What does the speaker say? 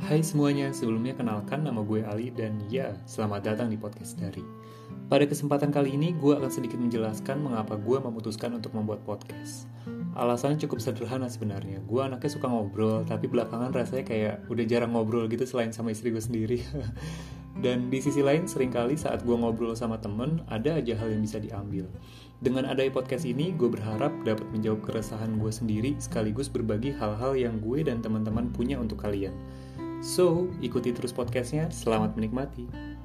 Hai semuanya, sebelumnya kenalkan nama gue Ali dan ya, selamat datang di podcast Dari. Pada kesempatan kali ini, gue akan sedikit menjelaskan mengapa gue memutuskan untuk membuat podcast. Alasannya cukup sederhana sebenarnya. Gue anaknya suka ngobrol, tapi belakangan rasanya kayak udah jarang ngobrol gitu selain sama istri gue sendiri. Dan di sisi lain, seringkali saat gue ngobrol sama temen, ada aja hal yang bisa diambil. Dengan adanya podcast ini, gue berharap dapat menjawab keresahan gue sendiri sekaligus berbagi hal-hal yang gue dan teman-teman punya untuk kalian. So, ikuti terus podcastnya. Selamat menikmati.